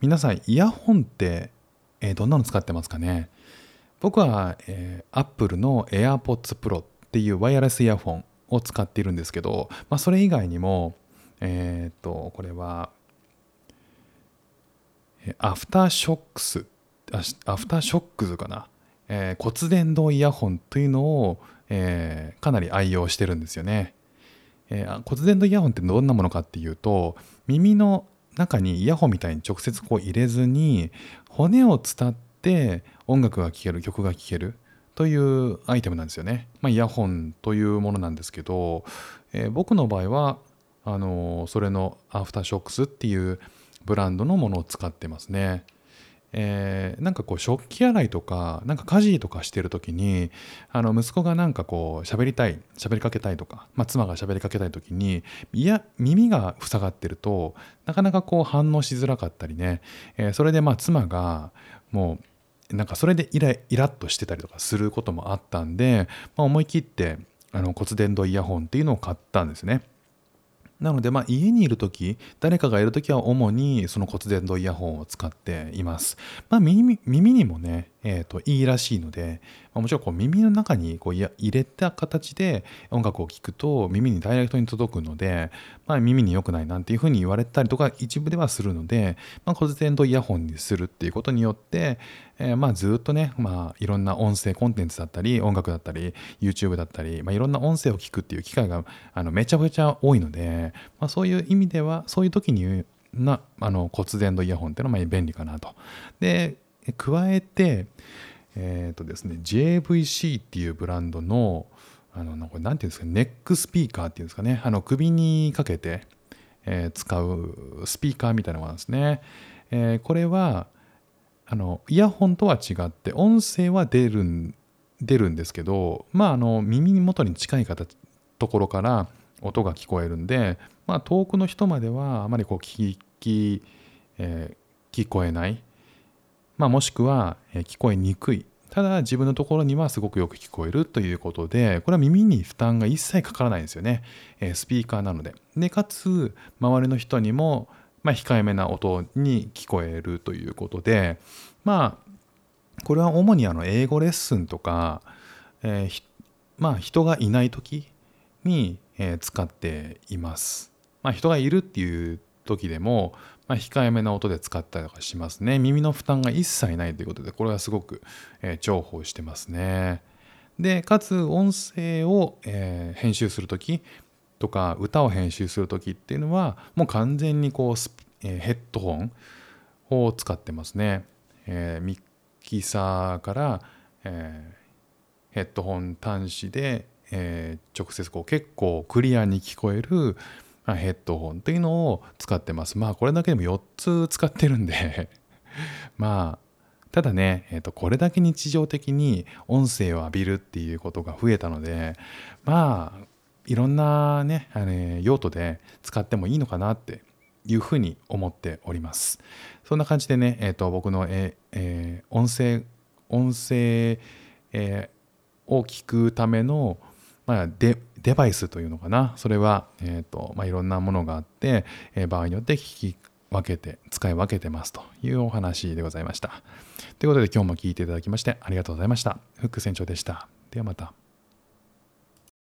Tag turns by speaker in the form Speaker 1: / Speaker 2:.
Speaker 1: 皆さんイヤホンって、どんなの使ってますかね？僕は、Apple の AirPods Pro っていうワイヤレスイヤホンを使っているんですけど、それ以外にも、これはアフターショックス、アフターショックズかな、骨伝導イヤホンというのを、かなり愛用してるんですよね。骨伝導イヤホンってどんなものかっていうと、耳の中にイヤホンみたいに直接こう入れずに、骨を伝って音楽が聴ける、曲が聴けるというアイテムなんですよね。イヤホンというものなんですけど、僕の場合はそれのアフターショックスっていうブランドのものを使ってますね。なんかこう食器洗いとかなんか家事とかしてる時に息子がなんかこう喋りかけたいとか、妻が喋りかけたい時に耳が塞がってるとなかなかこう反応しづらかったりね、それで妻がもうなんかそれでイラッとしてたりとかすることもあったんで、思い切って骨伝導イヤホンっていうのを買ったんですね。なので、家にいるとき、誰かがいるときは主にその骨伝導イヤホンを使っています。耳にもね、いいらしいので、もちろんこう耳の中にこう入れた形で音楽を聴くと耳にダイレクトに届くので、耳に良くないなんていうふうに言われたりとか一部ではするので、骨伝導イヤホンにするっていうことによって、ずっとね、いろんな音声コンテンツだったり、音楽だったり、YouTube だったり、いろんな音声を聞くっていう機会がめちゃくちゃ多いので、そういう意味では、そういう時に骨伝導イヤホンっていうのは便利かなと。で、加えて、ですね、JVC っていうブランドの、これなんていうんですか、ネックスピーカーっていうんですかね、首にかけて、使うスピーカーみたいなものなんですね。これは、イヤホンとは違って音声は出るんですけど、耳元に近いところから音が聞こえるんで、遠くの人まではあまりこう聞こえない、もしくは、聞こえにくい。ただ自分のところにはすごくよく聞こえるということで、これは耳に負担が一切かからないんですよね。スピーカーなので。で、かつ、周りの人にも、控えめな音に聞こえるということで、これは主に英語レッスンとか、人がいない時に、使っています。人がいるっていう時でも、控えめな音で使ったりとかしますね。耳の負担が一切ないということで、これはすごく、重宝してますね。で、かつ音声を、編集する時とか、歌を編集する時っていうのは、もう完全にこうヘッドホンを使ってますね。ミキサーから、ヘッドホン端子で、直接こう結構クリアに聞こえる、ヘッドホンというのを使ってます。これだけでも4つ使ってるんでただね、これだけ日常的に音声を浴びるっていうことが増えたので、いろんなね、用途で使ってもいいのかなっていうふうに思っております。そんな感じでね、僕の、音声、を聞くための、デバイスというのかな。それは、いろんなものがあって、場合によって使い分けてますというお話でございました。ということで今日も聞いていただきましてありがとうございました。フック船長でした。ではまた。